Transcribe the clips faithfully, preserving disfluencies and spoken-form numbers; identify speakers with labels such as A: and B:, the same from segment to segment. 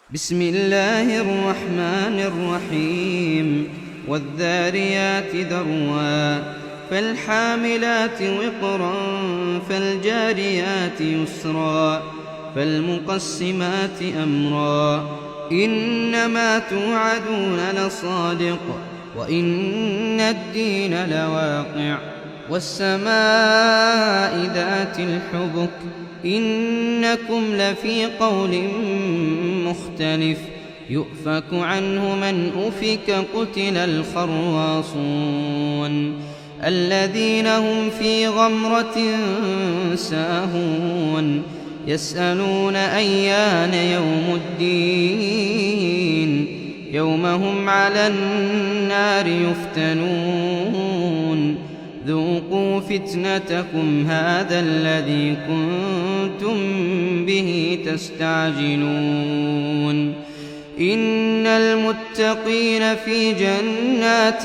A: بسم الله الرحمن الرحيم والذاريات ذروا فالحاملات وقرا فالجاريات يسرا فالمقسمات أمرا إنما توعدون لصادق وإن الدين لواقع والسماء ذات الحبك إنكم لفي قول مختلف يؤفك عنه من أفك قتل الخراصون الذين هم في غمرة ساهون يسألون أيان يوم الدين يوم هم على النار يفتنون ذوقوا فتنتكم هذا الذي كنتم به تستعجلون إن المتقين في جنات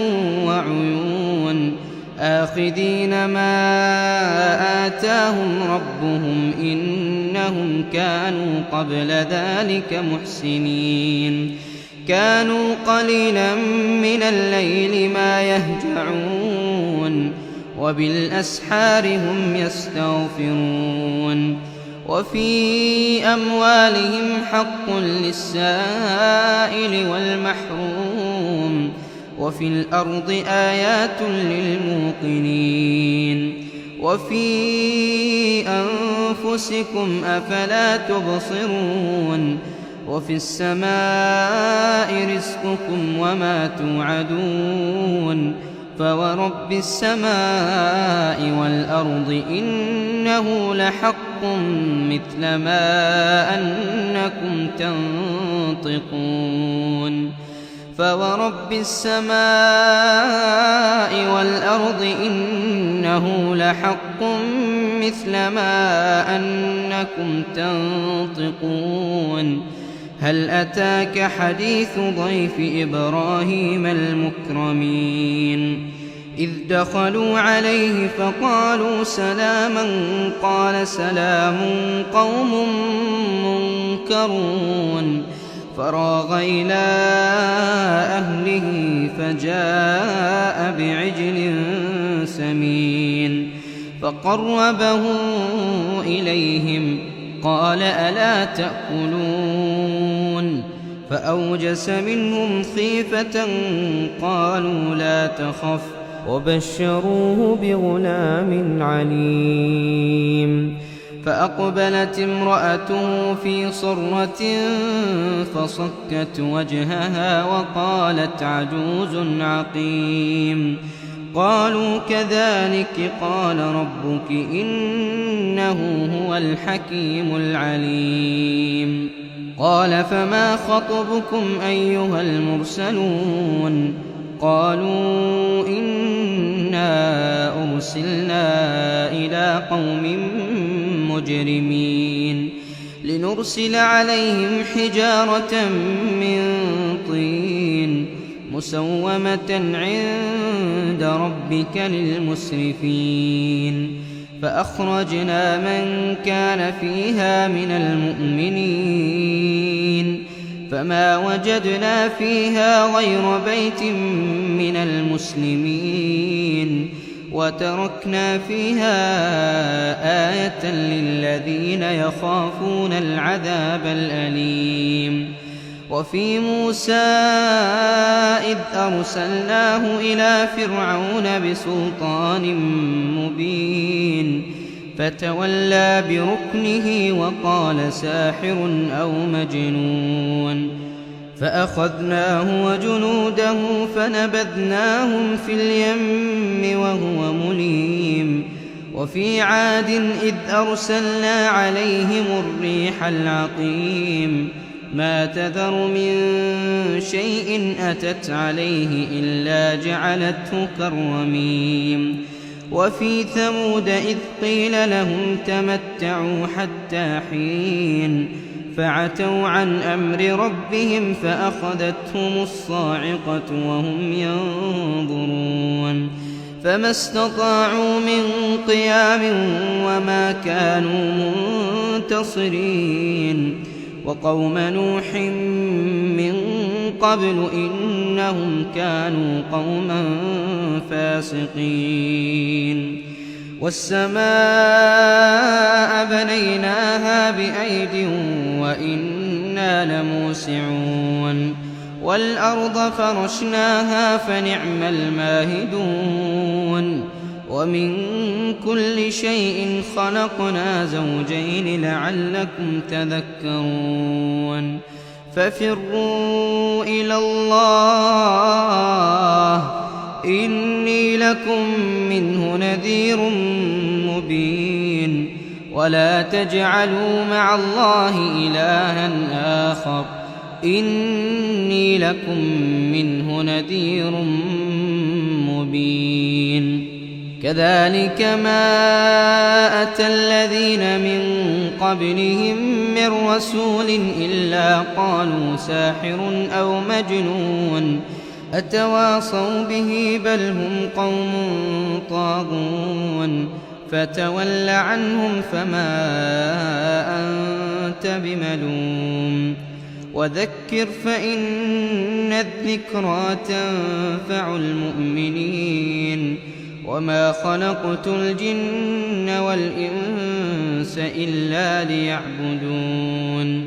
A: وعيون آخذين ما آتاهم ربهم إنهم كانوا قبل ذلك محسنين كانوا قليلا من الليل ما يهجعون وبالأسحار هم يستغفرون وفي أموالهم حق للسائل والمحروم وفي الأرض آيات للموقنين وفي أنفسكم أفلا تبصرون وفي السماء رزقكم وما توعدون فورب السماء والأرض إنه لحق مثل ما أنكم تنطقون فورب السماء والأرض إنه لحق مثل ما أنكم تنطقون هل أتاك حديث ضيف إبراهيم المكرمين إذ دخلوا عليه فقالوا سلاما قال سلام قوم منكرون فراغ إلى أهله فجاء بعجل سمين فقربه إليهم قال ألا تأكلون فأوجس منهم خيفة قالوا لا تخف وبشروه بغلام عليم فأقبلت امرأته في صرة فصكت وجهها وقالت عجوز عقيم قالوا كذلك قال ربك إنه هو الحكيم العليم قال فما خطبكم أيها المرسلون قالوا إنا أرسلنا إلى قوم مجرمين لنرسل عليهم حجارة من طين مسومة عند ربك للمسرفين فأخرجنا من كان فيها من المؤمنين فما وجدنا فيها غير بيت من المسلمين وتركنا فيها آية للذين يخافون العذاب الأليم وفي موسى إذ أرسلناه إلى فرعون بسلطان مبين فتولى بركنه وقال ساحر أو مجنون فأخذناه وجنوده فنبذناهم في اليم وهو مليم وفي عاد إذ أرسلنا عليهم الريح العقيم ما تذر من شيء أتت عليه إلا جعلته كالرميم وفي ثمود إذ قيل لهم تمتعوا حتى حين فعتوا عن أمر ربهم فأخذتهم الصاعقة وهم ينظرون فما استطاعوا من قيام وما كانوا منتصرين وقوم نوح من قبل إنهم كانوا قوما فاسقين والسماء بنيناها بأيد وإنا لموسعون والأرض فرشناها فنعم الماهدون ومن كل شيء خلقنا زوجين لعلكم تذكرون ففروا إلى الله إني لكم منه نذير مبين ولا تجعلوا مع الله إلها آخر إني لكم منه نذير مبين كذلك ما أتى الذين من قبلهم من رسول إلا قالوا ساحر أو مجنون أتواصوا به بل هم قوم طاغون فتول عنهم فما أنت بملوم وذكر فإن الذكرى تنفع المؤمنين وما خلقت الجن والإنس إلا ليعبدون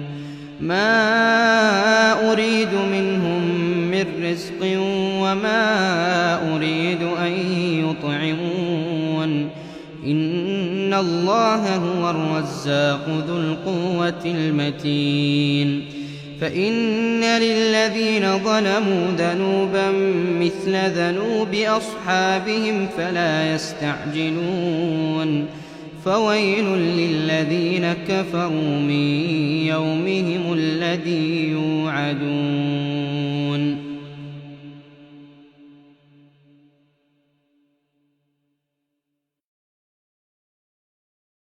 A: ما أريد منهم من رزق وما أريد أن يطعمون إن الله هو الرزاق ذو القوة المتين فإن للذين ظلموا ذنوبا مثل ذنوب أصحابهم فلا يستعجلون فويل للذين كفروا من يومهم الذي يوعدون